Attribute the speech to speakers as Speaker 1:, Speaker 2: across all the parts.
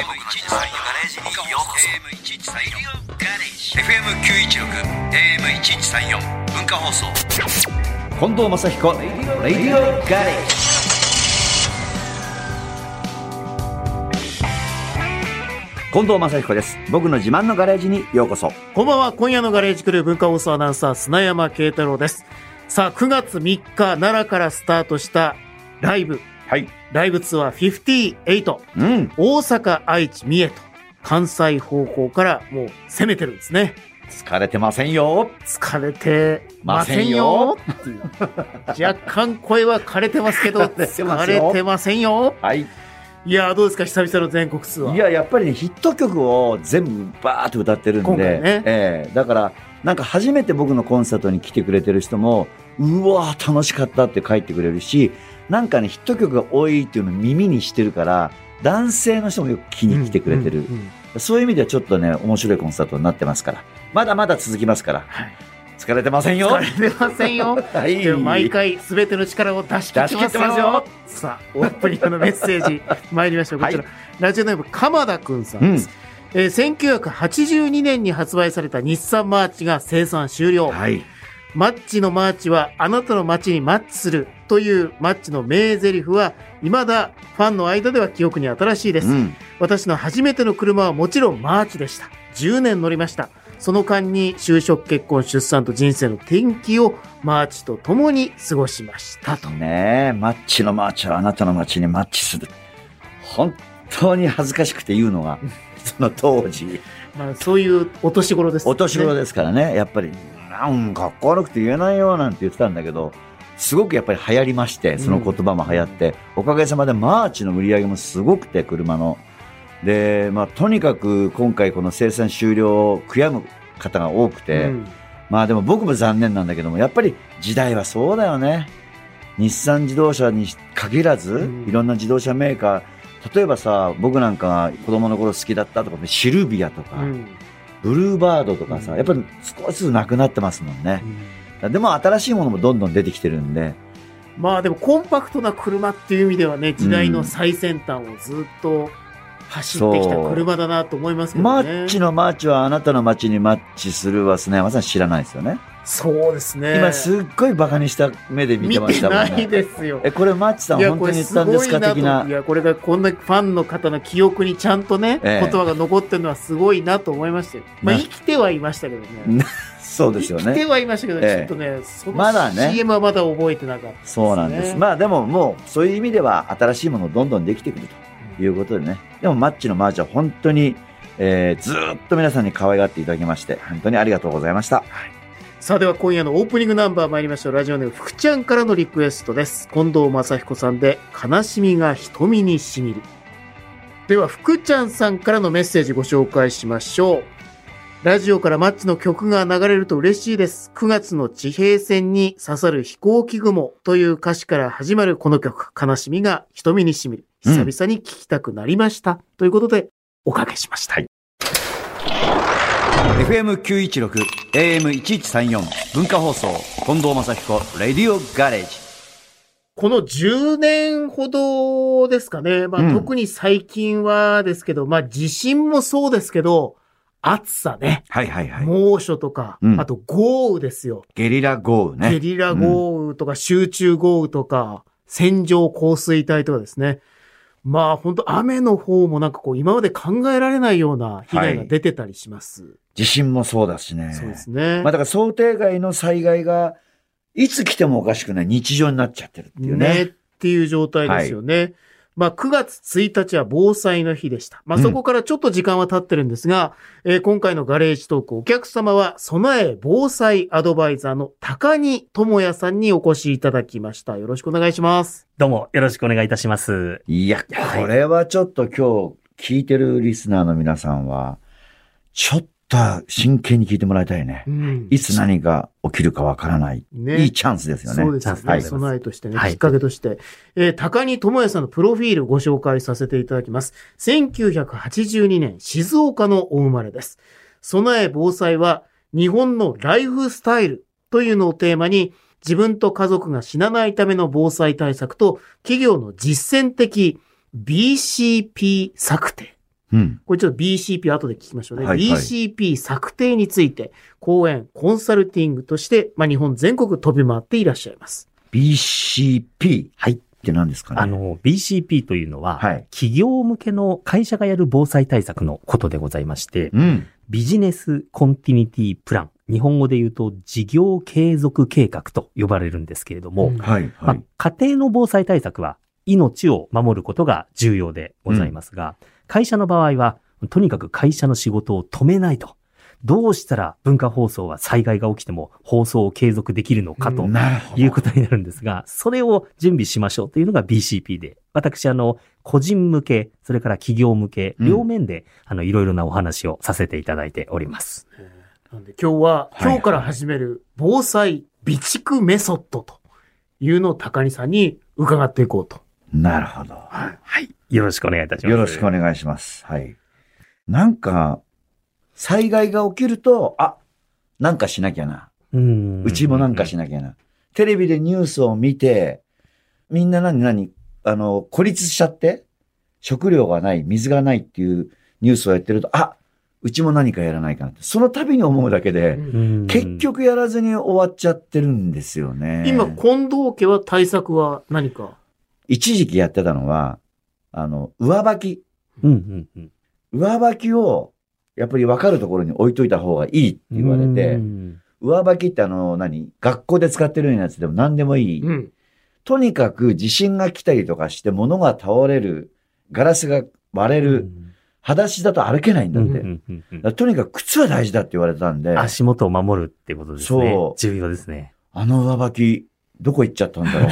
Speaker 1: FM916 文化放送近藤正彦レディオガレージ。近藤正彦です。僕の自慢のガレージにようこそ。
Speaker 2: こんばんは。今夜のガレージクルー文化放送アナウンサー砂山慶太郎です。さあ、9月3日奈良からスタートしたライブ、ライブツアー58、大阪、愛知、三重と関西方向からもう攻めてるんですね。
Speaker 1: 疲れてませんよ。
Speaker 2: 疲れてませんよ。若干声は枯れてますけど疲れてませんよ。いや、どうですか、久々の全国ツアー。
Speaker 1: いや、やっぱりね、ヒット曲を全部バーって歌ってるんで、今回ね、だからなんか初めて僕のコンサートに来てくれてる人も、うわー楽しかったって帰ってくれるし、なんかね、ヒット曲が多いっていうのを耳にしてるから、男性の人もよく気に来てくれてる、そういう意味ではちょっとね、面白いコンサートになってますから、まだまだ続きますから、疲れてませんよ。
Speaker 2: 疲れてませんよ。毎回すべての力を出し切ってますよ。さあ、オープニングのメッセージ参りましょう。こちら、ラジオネーム鎌田くんさんです。1982年に発売された日産マーチが生産終了。マッチのマーチはあなたの街にマッチするというマッチの名台詞は未だファンの間では記憶に新しいです。私の初めての車はもちろんマーチでした。10年乗りました。その間に就職、結婚、出産と人生の転機をマーチと共に過ごしましたと。
Speaker 1: ねえ、マッチのマーチはあなたの街にマッチする。本当に恥ずかしくて言うのが、その当時。
Speaker 2: まあそういうお年頃ですね。
Speaker 1: お年頃ですからね。やっぱり、かっこ悪くて言えないよなんて言ってたんだけど、すごくやっぱり流行りまして、その言葉も流行って、おかげさまでマーチの売り上げもすごくて、車の。で、とにかく今回この生産終了を悔やむ方が多くて、でも僕も残念なんだけども、やっぱり時代はそうだよね。日産自動車に限らず、いろんな自動車メーカー、例えばさ、僕なんかが子供の頃好きだったとか、シルビアとか、ブルーバードとかさ、やっぱり少しずつなくなってますもんね。でも新しいものもどんどん出てきてるんで。
Speaker 2: でもコンパクトな車っていう意味ではね、時代の最先端をずっと走ってきた車だなと思いますけどね。
Speaker 1: マッチのマーチはあなたの街にマッチするは砂山さん知らないですよね。
Speaker 2: そうですね。
Speaker 1: 今すっごいバカにした目で見てましたもんね。
Speaker 2: 見てないですよ。
Speaker 1: これマッチさん本当に言ったんですか的な。
Speaker 2: いや、これがこんなファンの方の記憶にちゃんとね、言葉が残ってるのはすごいなと思いましたよ。生きてはいましたけどね。
Speaker 1: そうですよね。
Speaker 2: 生きてはいましたけど、ちょっとね、その CM はまだ覚えてなかったですね。
Speaker 1: そうなんです。でももうそういう意味では新しいものどんどんできてくるということでね。でもマッチのマーチは本当に、ずーっと皆さんに可愛がっていただきまして、本当にありがとうございました。
Speaker 2: さあ、では今夜のオープニングナンバー参りましょう。ラジオネーム福ちゃんからのリクエストです。近藤正彦さんで悲しみが瞳にしみる。では福ちゃんさんからのメッセージご紹介しましょう。ラジオからマッチの曲が流れると嬉しいです。9月の地平線に刺さる飛行機雲という歌詞から始まるこの曲、悲しみが瞳にしみる。久々に聴きたくなりました。ということでおかけしました。
Speaker 1: FM916 AM1134 文化放送近藤正彦レディオガレージ。
Speaker 2: この10年ほどですかね。特に最近はですけど、地震もそうですけど、暑さね。猛暑とか、あと豪雨ですよ。
Speaker 1: ゲリラ豪雨ね。
Speaker 2: ゲリラ豪雨とか、集中豪雨とか、線状降水帯とかですね。本当雨の方もなんか今まで考えられないような被害が出てたりします。
Speaker 1: 地震もそうだしね。
Speaker 2: そうですね。
Speaker 1: だから想定外の災害がいつ来てもおかしくない日常になっちゃってるっていうね。
Speaker 2: っていう状態ですよね。9月1日は防災の日でした。そこからちょっと時間は経ってるんですが、今回のガレージトーク、お客様は備え防災アドバイザーの高荷智也さんにお越しいただきました。よろしくお願いします。
Speaker 3: どうもよろしくお願いいたします。
Speaker 1: いや、これはちょっと今日聞いてるリスナーの皆さんは、ちょっと真剣に聞いてもらいたいね。いつ何が起きるかわからない。いいチャンスですよね。
Speaker 2: そうですね。備えとしてね、きっかけとして。高荷智也さんのプロフィールご紹介させていただきます。1982年、静岡のお生まれです。備え防災は、日本のライフスタイルというのをテーマに、自分と家族が死なないための防災対策と、企業の実践的BCP 策定
Speaker 1: うん。
Speaker 2: これちょっと BCP 後で聞きましょうね。
Speaker 1: はいはい、
Speaker 2: BCP 策定について、講演、コンサルティングとして、日本全国飛び回っていらっしゃいます。
Speaker 1: BCP。
Speaker 3: はい。
Speaker 1: って何ですかね。
Speaker 3: BCP というのは、
Speaker 1: はい、
Speaker 3: 企業向けの会社がやる防災対策のことでございまして、
Speaker 1: うん、
Speaker 3: ビジネスコンティニティプラン。日本語で言うと事業継続計画と呼ばれるんですけれども、
Speaker 1: はいはい、
Speaker 3: 家庭の防災対策は命を守ることが重要でございますが、会社の場合はとにかく会社の仕事を止めないと。どうしたら文化放送は災害が起きても放送を継続できるのかということになるんですが、それを準備しましょうというのが BCP で、私個人向け、それから企業向け、両面でいろいろなお話をさせていただいております。
Speaker 2: なんで今日から始める防災備蓄メソッドというのを高荷さんに伺っていこうと。
Speaker 1: なるほど。
Speaker 3: はい。よろしくお願いいたします。
Speaker 1: よろしくお願いします。はい。なんか、災害が起きると、なんかしなきゃな。うちもなんかしなきゃな。テレビでニュースを見て、みんな孤立しちゃって、食料がない、水がないっていうニュースをやってると、うちも何かやらないかなって。その度に思うだけで、結局やらずに終わっちゃってるんですよね。
Speaker 2: 今、近藤家は対策は何か？
Speaker 1: 一時期やってたのは、上履き。上履きを、やっぱり分かるところに置いといた方がいいって言われて、上履きって学校で使ってるようなやつでも何でもいい。とにかく地震が来たりとかして物が倒れる、ガラスが割れる、裸足だと歩けないんだって。とにかく靴は大事だって言われたんで。
Speaker 3: 足元を守るってことですね。そう。重要ですね。
Speaker 1: 上履き、どこ行っちゃったんだろう。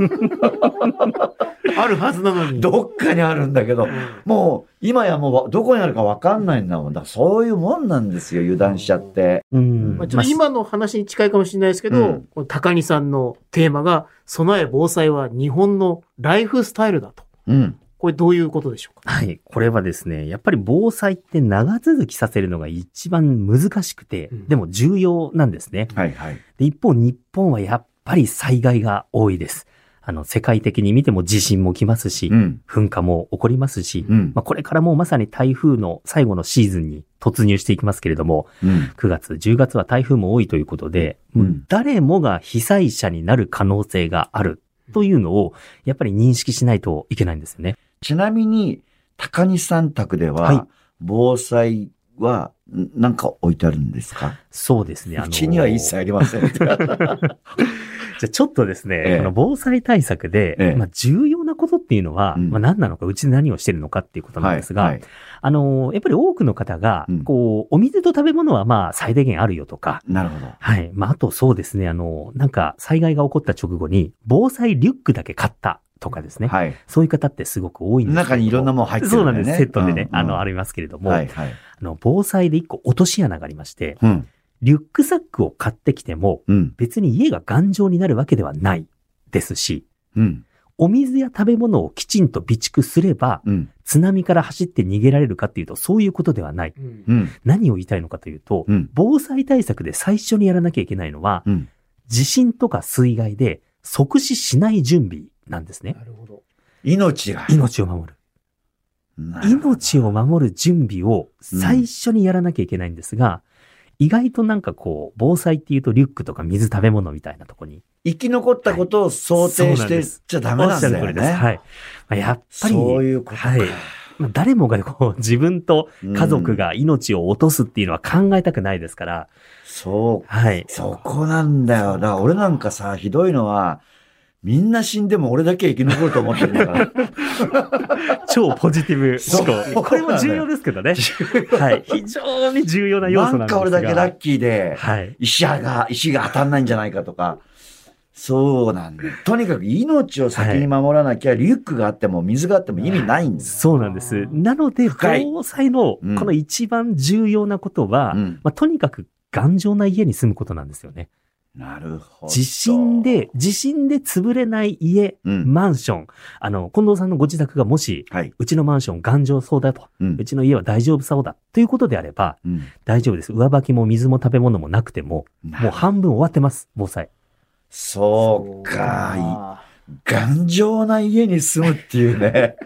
Speaker 2: あるはずなのに。
Speaker 1: どっかにあるんだけど、もう、今やもう、どこにあるか分かんないんだもん。そういうもんなんですよ、油断しちゃって。
Speaker 2: 今の話に近いかもしれないですけど、高荷さんのテーマが、備え防災は日本のライフスタイルだと。これどういうことでしょうか？
Speaker 3: はい。これはですね、やっぱり防災って長続きさせるのが一番難しくて、でも重要なんですね。で、一方、日本はやっぱり災害が多いです。世界的に見ても地震も来ますし、噴火も起こりますし、これからもうまさに台風の最後のシーズンに突入していきますけれども、9月、10月は台風も多いということで、誰もが被災者になる可能性があるというのを、やっぱり認識しないといけないんですよね。
Speaker 1: ちなみに、高荷さん宅では、防災は何か置いてあるんですか？
Speaker 3: そうですね。
Speaker 1: うちには一切ありません。
Speaker 3: じゃあちょっとですね、防災対策で、重要なことっていうのは、何なのか、うちで何をしてるのかっていうことなんですが、やっぱり多くの方が、お水と食べ物は最大限あるよとか。
Speaker 1: なるほど。
Speaker 3: はい。あとそうですね、災害が起こった直後に、防災リュックだけ買った。とかですね。そういう方ってすごく多いんですけど。
Speaker 1: 中にいろんなもの入ってるんだよね。
Speaker 3: そうなんです。セットでね、ありますけれども、防災で一個落とし穴がありまして、リュックサックを買ってきても、別に家が頑丈になるわけではないですし、お水や食べ物をきちんと備蓄すれば、津波から走って逃げられるかっていうと、そういうことではない。何を言いたいのかというと、防災対策で最初にやらなきゃいけないのは、地震とか水害で即死しない準備なんですね。
Speaker 2: なるほど。
Speaker 1: 命
Speaker 3: を守る。命を守る準備を最初にやらなきゃいけないんですが、意外と防災っていうとリュックとか水食べ物みたいなとこに。
Speaker 1: 生き残ったことを想定してちゃダメなんだよね。
Speaker 3: はい。やっぱり。
Speaker 1: そういうことか。
Speaker 3: 誰もが自分と家族が命を落とすっていうのは考えたくないですから。
Speaker 1: そう。はい。そこなんだよ。だから俺なんかさ、ひどいのは、みんな死んでも俺だけ生き残ると思ってるんだから。
Speaker 3: 超ポジティブ思考。これも重要ですけどね。はい。非常に重要な要素なんですが。
Speaker 1: なんか俺だけラッキーで、石が当たんないんじゃないかとか。そうなんだ。とにかく命を先に守らなきゃ、リュックがあっても水があっても意味ないんです。
Speaker 3: そうなんです。なので、防災のこの一番重要なことは、とにかく頑丈な家に住むことなんですよね。
Speaker 1: なるほど。
Speaker 3: 地震で潰れない家、マンション。近藤さんのご自宅がもし、うちのマンション頑丈そうだと、うちの家は大丈夫そうだということであれば、大丈夫です。上履きも水も食べ物もなくても、もう半分終わってます、防災。
Speaker 1: そうか。頑丈な家に住むっていうね。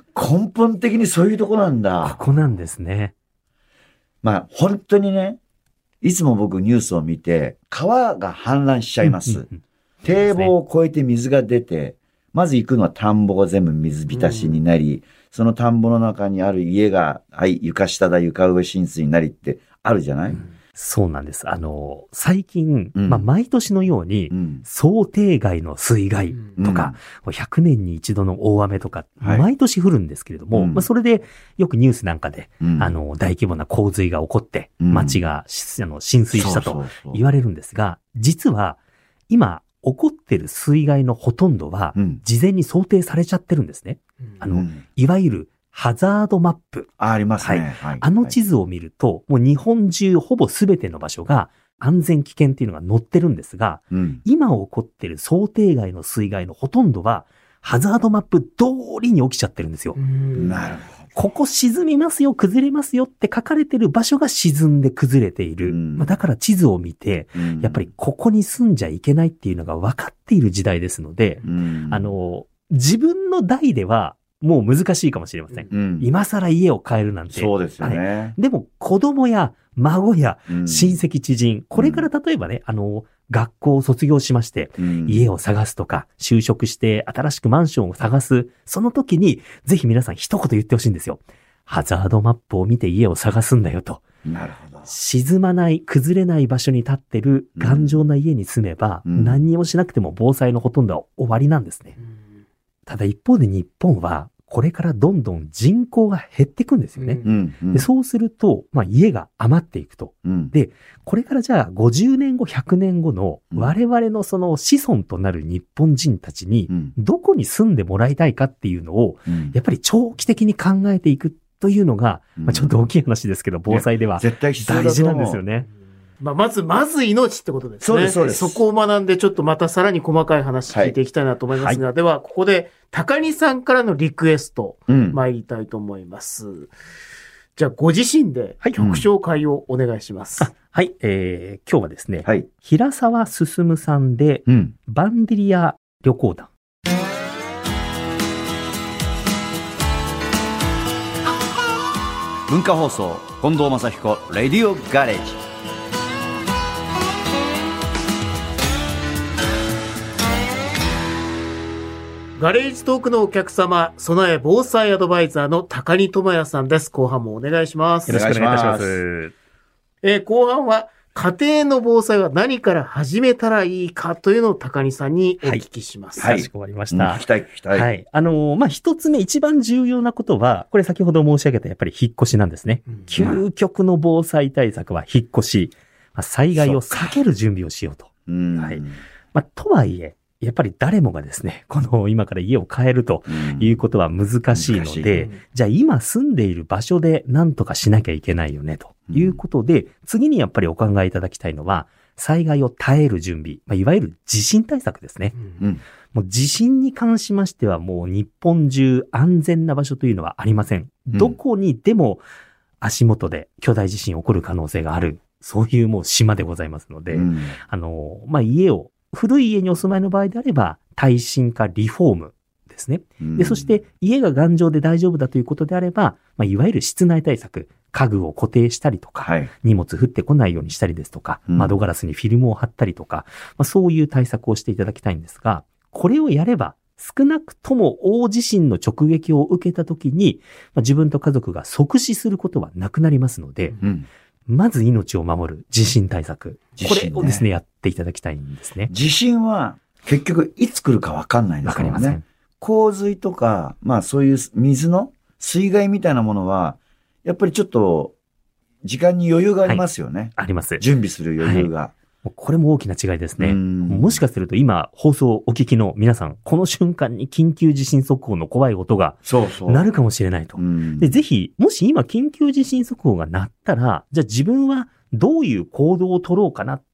Speaker 1: 根本的にそういうとこなんだ。
Speaker 3: ここなんですね。
Speaker 1: まあ、本当にね、いつも僕ニュースを見て、川が氾濫しちゃいます。堤防を越えて水が出て、まず行くのは田んぼが全部水浸しになり、その田んぼの中にある家が、はい、床下だ、床上浸水になりってあるじゃない？
Speaker 3: そうなんです。最近、毎年のように、想定外の水害とか、100年に一度の大雨とか、毎年降るんですけれども、それでよくニュースなんかで、大規模な洪水が起こって、街が浸水したと言われるんですが、実は、今、起こってる水害のほとんどは、事前に想定されちゃってるんですね。いわゆる、ハザードマップ。
Speaker 1: ありますね。
Speaker 3: あの地図を見ると、もう日本中ほぼ全ての場所が安全危険っていうのが載ってるんですが、今起こってる想定外の水害のほとんどは、ハザードマップ通りに起きちゃってるんですよ。
Speaker 1: なるほど。
Speaker 3: ここ沈みますよ、崩れますよって書かれてる場所が沈んで崩れている。だから地図を見て、やっぱりここに住んじゃいけないっていうのが分かっている時代ですので、自分の代では、もう難しいかもしれません。今更家を変えるなんて。
Speaker 1: そうですよね。
Speaker 3: でも子供や孫や親戚知人、これから例えばね、学校を卒業しまして、家を探すとか、就職して新しくマンションを探す、その時にぜひ皆さん一言言ってほしいんですよ。ハザードマップを見て家を探すんだよと。
Speaker 1: なるほど。
Speaker 3: 沈まない、崩れない場所に立ってる頑丈な家に住めば、何にもしなくても防災のほとんどは終わりなんですね。ただ一方で日本はこれからどんどん人口が減っていくんですよね。でそうすると、家が余っていくと。で、これからじゃあ50年後、100年後の我々のその子孫となる日本人たちにどこに住んでもらいたいかっていうのを、やっぱり長期的に考えていくというのが、ちょっと大きい話ですけど、防災では大事なんですよね。
Speaker 2: まず命ってことですね。
Speaker 1: そうです、そうです。
Speaker 2: そこを学んで、ちょっとまたさらに細かい話聞いていきたいなと思いますが、では、ここで、高荷さんからのリクエスト、参りたいと思います。じゃあ、ご自身で曲紹介をお願いします。
Speaker 3: 今日はですね、平沢進さんで、バンディリア旅行団。
Speaker 1: 文化放送、近藤正彦、レディオガレージ。
Speaker 2: ガレージトークのお客様、備え防災アドバイザーの高荷智也さんです。後半もお願いします。
Speaker 3: よろしくお願いいたします。
Speaker 2: 後半は、家庭の防災は何から始めたらいいかというのを高荷さんにお聞きします。
Speaker 3: かしこまりました。
Speaker 1: 聞きたい。
Speaker 3: 一つ目一番重要なことは、これ先ほど申し上げたやっぱり引っ越しなんですね。究極の防災対策は引っ越し。災害を避ける準備をしようと。とはいえ、やっぱり誰もがですね、今から家を変えるということは難しいので、じゃあ今住んでいる場所で何とかしなきゃいけないよねということで、次にやっぱりお考えいただきたいのは、災害を耐える準備、いわゆる地震対策ですね。もう地震に関しましてはもう日本中安全な場所というのはありません。どこにでも足元で巨大地震起こる可能性がある、そういうもう島でございますので、家を古い家にお住まいの場合であれば、耐震かリフォームですね。で、そして家が頑丈で大丈夫だということであれば、いわゆる室内対策、家具を固定したりとか、荷物降ってこないようにしたりですとか、窓ガラスにフィルムを貼ったりとか、そういう対策をしていただきたいんですが、これをやれば、少なくとも大地震の直撃を受けたときに、自分と家族が即死することはなくなりますので、まず命を守る地震対策。これをですね、やっていただきたいんですね。
Speaker 1: 地震は結局いつ来るか分かんないですからね。わかりません。洪水とか、そういう水の水害みたいなものは、やっぱりちょっと時間に余裕がありますよね。
Speaker 3: あります。
Speaker 1: 準備する余裕が。
Speaker 3: これも大きな違いですね。もしかすると今放送をお聞きの皆さん、この瞬間に緊急地震速報の怖い音が鳴るかもしれないと。で、ぜひ、もし今緊急地震速報が鳴ったら、じゃあ自分はどういう行動を取ろうかなっ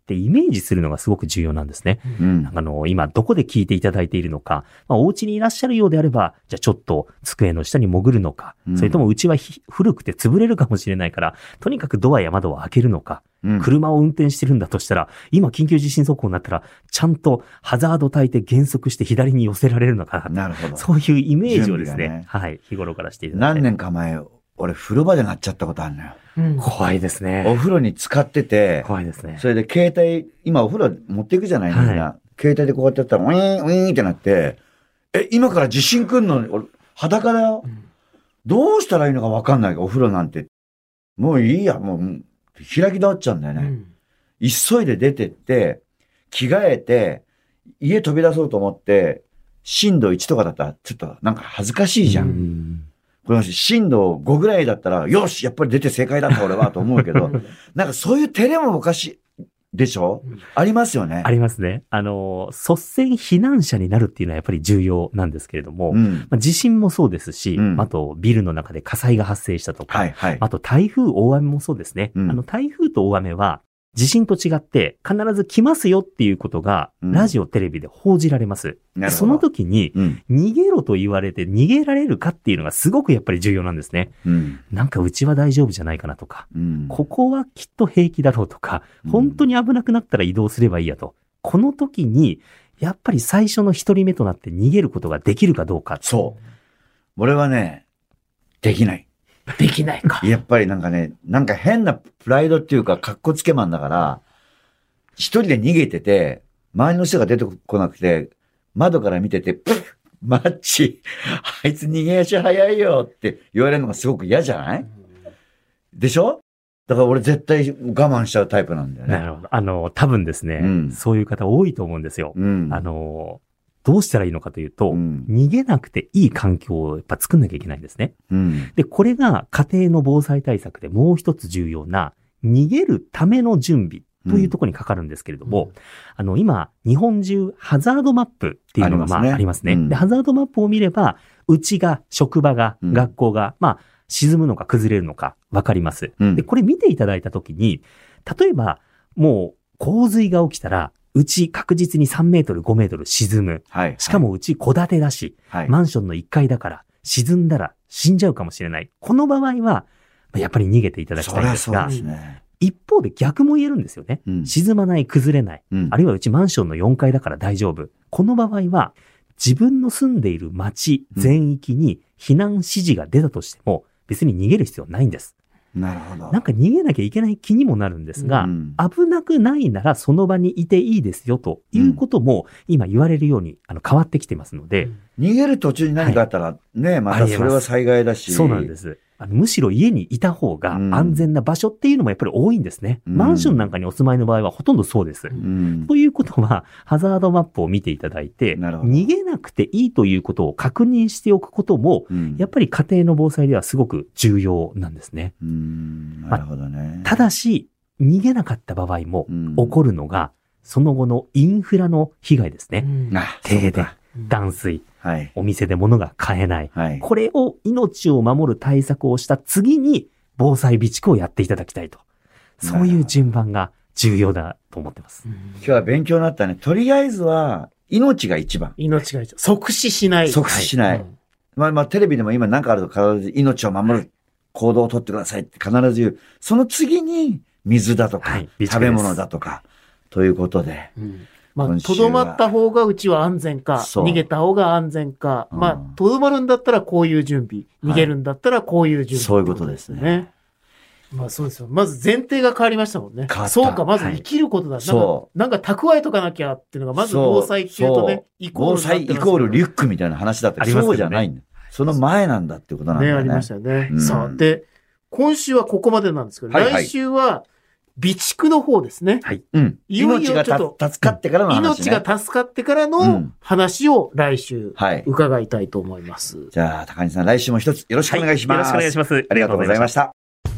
Speaker 3: ってイメージするのがすごく重要なんですね。うん、今どこで聞いていただいているのか、お家にいらっしゃるようであれば、じゃあちょっと机の下に潜るのか、それともうちは古くて潰れるかもしれないから、とにかくドアや窓を開けるのか、車を運転してるんだとしたら、今緊急地震速報になったら、ちゃんとハザード焚いて減速して左に寄せられるのかな。なるほど。そういうイメージをですね、はい、日頃からしていただいて。
Speaker 1: 何年か前、俺風呂場でなっちゃったことあるのよ。
Speaker 3: 怖いですね。
Speaker 1: お風呂に浸かってて、
Speaker 3: 怖いですね。
Speaker 1: それで携帯、今お風呂持っていくじゃないみんな、はい。携帯でこうやってやったら、ウィーン、ウィーンってなって、今から地震来んのに、俺、裸だよ。どうしたらいいのか分かんないか、お風呂なんて。もういいや、もう、開き直っちゃうんだよね。急いで出てって、着替えて、家飛び出そうと思って、震度1とかだったら、ちょっとなんか恥ずかしいじゃん。これ震度5ぐらいだったら、よしやっぱり出て正解だった俺はと思うけど、なんかそういう照れもおかしいでしょ、ありますよね。
Speaker 3: ありますね。率先避難者になるっていうのはやっぱり重要なんですけれども、地震もそうですし、あとビルの中で火災が発生したとか、あと台風大雨もそうですね。台風と大雨は地震と違って必ず来ますよっていうことがラジオ、テレビで報じられます。その時に逃げろと言われて逃げられるかっていうのがすごくやっぱり重要なんですね。なんかうちは大丈夫じゃないかなとか、ここはきっと平気だろうとか、本当に危なくなったら移動すればいいやと。この時にやっぱり最初の一人目となって逃げることができるかどうか。
Speaker 1: そう。俺はね、できない。
Speaker 2: できないか。
Speaker 1: やっぱりなんかね、なんか変なプライドっていうか、かっこつけマンだから、一人で逃げてて、周りの人が出てこなくて、窓から見てて、マッチ、あいつ逃げ足早いよって言われるのがすごく嫌じゃない？でしょ？だから俺絶対我慢しちゃうタイプなんだよね。
Speaker 3: なるほど。多分ですね、そういう方多いと思うんですよ。どうしたらいいのかというと、逃げなくていい環境をやっぱ作んなきゃいけないんですね。で、これが家庭の防災対策でもう一つ重要な、逃げるための準備というところにかかるんですけれども、今、日本中ハザードマップっていうのがありますね。で、ハザードマップを見れば、うちが、職場が、学校が、沈むのか崩れるのか分かります。で、これ見ていただいたときに、例えば、もう洪水が起きたら、うち確実に3メートル、5メートル沈む。しかもうち戸建てだし、マンションの1階だから、沈んだら死んじゃうかもしれない。この場合は、やっぱり逃げていただきたいんですが、一方で逆も言えるんですよね。沈まない、崩れない。あるいはうちマンションの4階だから大丈夫。この場合は、自分の住んでいる町全域に避難指示が出たとしても、別に逃げる必要はないんです。
Speaker 1: なるほど。
Speaker 3: なんか逃げなきゃいけない気にもなるんですが、危なくないならその場にいていいですよということも今言われるように変わってきてますので。
Speaker 1: 逃げる途中に何かあったらね、またそれは災害だし。
Speaker 3: そうなんです。むしろ家にいた方が安全な場所っていうのもやっぱり多いんですね。マンションなんかにお住まいの場合はほとんどそうです。ということは、ハザードマップを見ていただいて、逃げなくていいということを確認しておくことも、やっぱり家庭の防災ではすごく重要なんですね。
Speaker 1: なるほどね。
Speaker 3: ただし、逃げなかった場合も起こるのが、その後のインフラの被害ですね。停電、断水。お店で物が買えない。これを命を守る対策をした次に防災備蓄をやっていただきたいと。そういう順番が重要だと思ってます。
Speaker 1: 今日は勉強になったね。とりあえずは命が一番。
Speaker 2: 命が一番。即死しない。
Speaker 1: 即死しない。テレビでも今何かあると必ず命を守る行動を取ってくださいって必ず言う。その次に水だとか、食べ物だとか、ということで。
Speaker 2: とどまった方がうちは安全か、逃げた方が安全か、とどまるんだったらこういう準備、逃げるんだったらこういう準備、
Speaker 1: そういうことですね。
Speaker 2: そうですよ。まず前提が変わりましたもんね。そうか、まず生きることだ。なんか蓄えとかなきゃっていうのが、まず防災っていうとね、
Speaker 1: 防災イコールリュックみたいな話だったり、そうじゃないんだ。その前なんだっていうことなんだよね。
Speaker 2: ありましたよね。さあ、で、今週はここまでなんですけど、来週は、備蓄の方ですね。
Speaker 1: 命が助かってからの話、
Speaker 2: 命が助かってからの話を来週伺いたいと思います。
Speaker 1: じゃあ、高木さん、来週も一つよろしくお願いします。
Speaker 3: よろしくお願いします。
Speaker 1: ありがとうございました。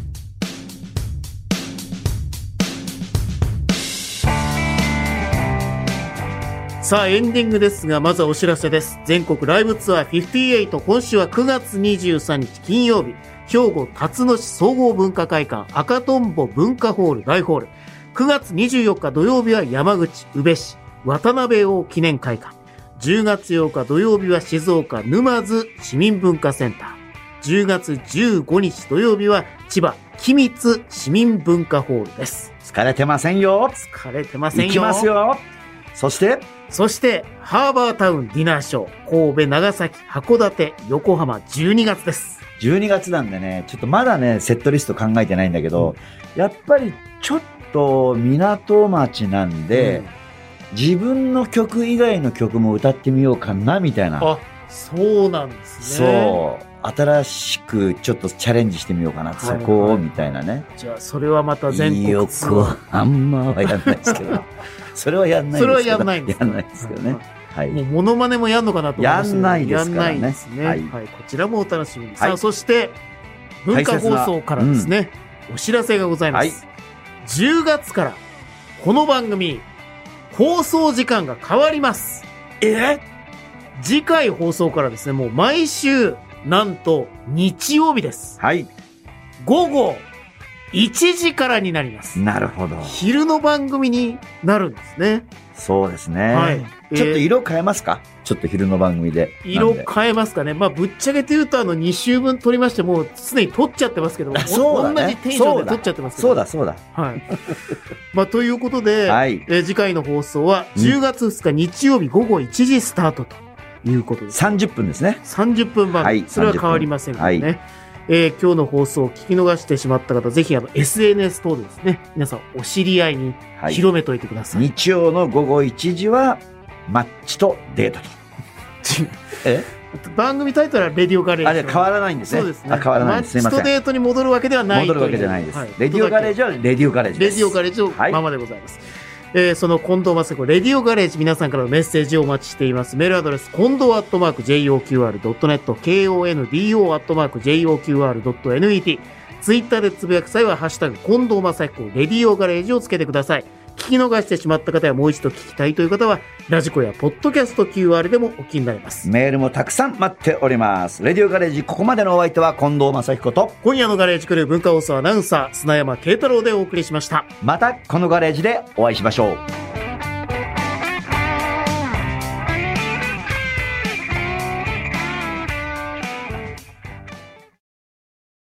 Speaker 2: さあ、エンディングですが、まずはお知らせです。全国ライブツアー58、今週は9月23日金曜日、兵庫辰野市総合文化会館赤とんぼ文化ホール大ホール。 9月24日土曜日は山口、宇部市、渡辺王記念会館。10月8日土曜日は静岡、沼津市民文化センター。10月15日土曜日は千葉、君津市民文化ホールです。
Speaker 1: 疲れてませんよ。
Speaker 2: 疲れてませんよ。
Speaker 1: 行きますよ。そして、
Speaker 2: ハーバータウンディナーショー、神戸、長崎、函館、横浜、12月です。
Speaker 1: 12月なんでね、ちょっとまだね、セットリスト考えてないんだけど、やっぱりちょっと港町なんで、自分の曲以外の曲も歌ってみようかな、みたいな。
Speaker 2: あ、そうなんです
Speaker 1: ね。そう。新しくちょっとチャレンジしてみようかな、そこを、みたいなね。
Speaker 2: じゃあ、それはまた全国
Speaker 1: 横浜はやんないですけど。それはやんないですけど。
Speaker 2: それはやんないんです。
Speaker 1: やんないですけどね。はい。
Speaker 2: もうモノマネもやんのかなと思いました。
Speaker 1: やんないですからね。
Speaker 2: やんないですね。はい。こちらもお楽しみに。さあ、そして、文化放送からですね、お知らせがございます。10月から、この番組、放送時間が変わります。次回放送からですね、もう毎週、なんと日曜日です。
Speaker 1: はい。
Speaker 2: 午後1時からになります。
Speaker 1: なるほど。
Speaker 2: 昼の番組になるんですね。
Speaker 1: そうですね。
Speaker 2: はい。
Speaker 1: ちょっと色変えますか？ちょっと昼の番組で。
Speaker 2: 色変えますかね。まあ、ぶっちゃけて言うと2週分撮りまして、もう常に撮っちゃってますけど、
Speaker 1: そうだね、
Speaker 2: 同じテンションで撮っちゃってますけど。
Speaker 1: そうだ。
Speaker 2: はい。まあ、ということで、
Speaker 1: はい、
Speaker 2: 次回の放送は10月2日日曜日午後1時スタートということです。
Speaker 1: 30分ですね。
Speaker 2: 30分番組。はい、それは変わりませんのでね。はい、今日の放送を聞き逃してしまった方、ぜひSNS 等でですね、皆さんお知り合いに広めといてください。
Speaker 1: 日曜の午後1時は、マッチとデートと。
Speaker 2: 番組タイトルはレディオガレージ。
Speaker 1: あれ変わらないんですね。
Speaker 2: そうですね。
Speaker 1: 変わらないです。すみません。
Speaker 2: マッチとデートに戻るわけではない。
Speaker 1: 戻るわけじゃないです。レディオガレージはレディオガレージです。
Speaker 2: レディオガレージのままでございます。その近藤正子レディオガレージ、皆さんからのメッセージをお待ちしています。メールアドレス、近藤@joqr.net、kondo@joqr.net、ツイッターでつぶやく際は、ハッシュタグ、近藤正彦レディオガレージをつけてください。聞き逃してしまった方やもう一度聞きたいという方は、ラジコやポッドキャスト QR でもお気になります。
Speaker 1: メールもたくさん待っております。レディオガレージ、ここまでのお相手は近藤正彦と、
Speaker 2: 今夜のガレージクルー文化放送アナウンサー、砂山慶太郎でお送りしました。
Speaker 1: またこのガレージでお会いしましょう。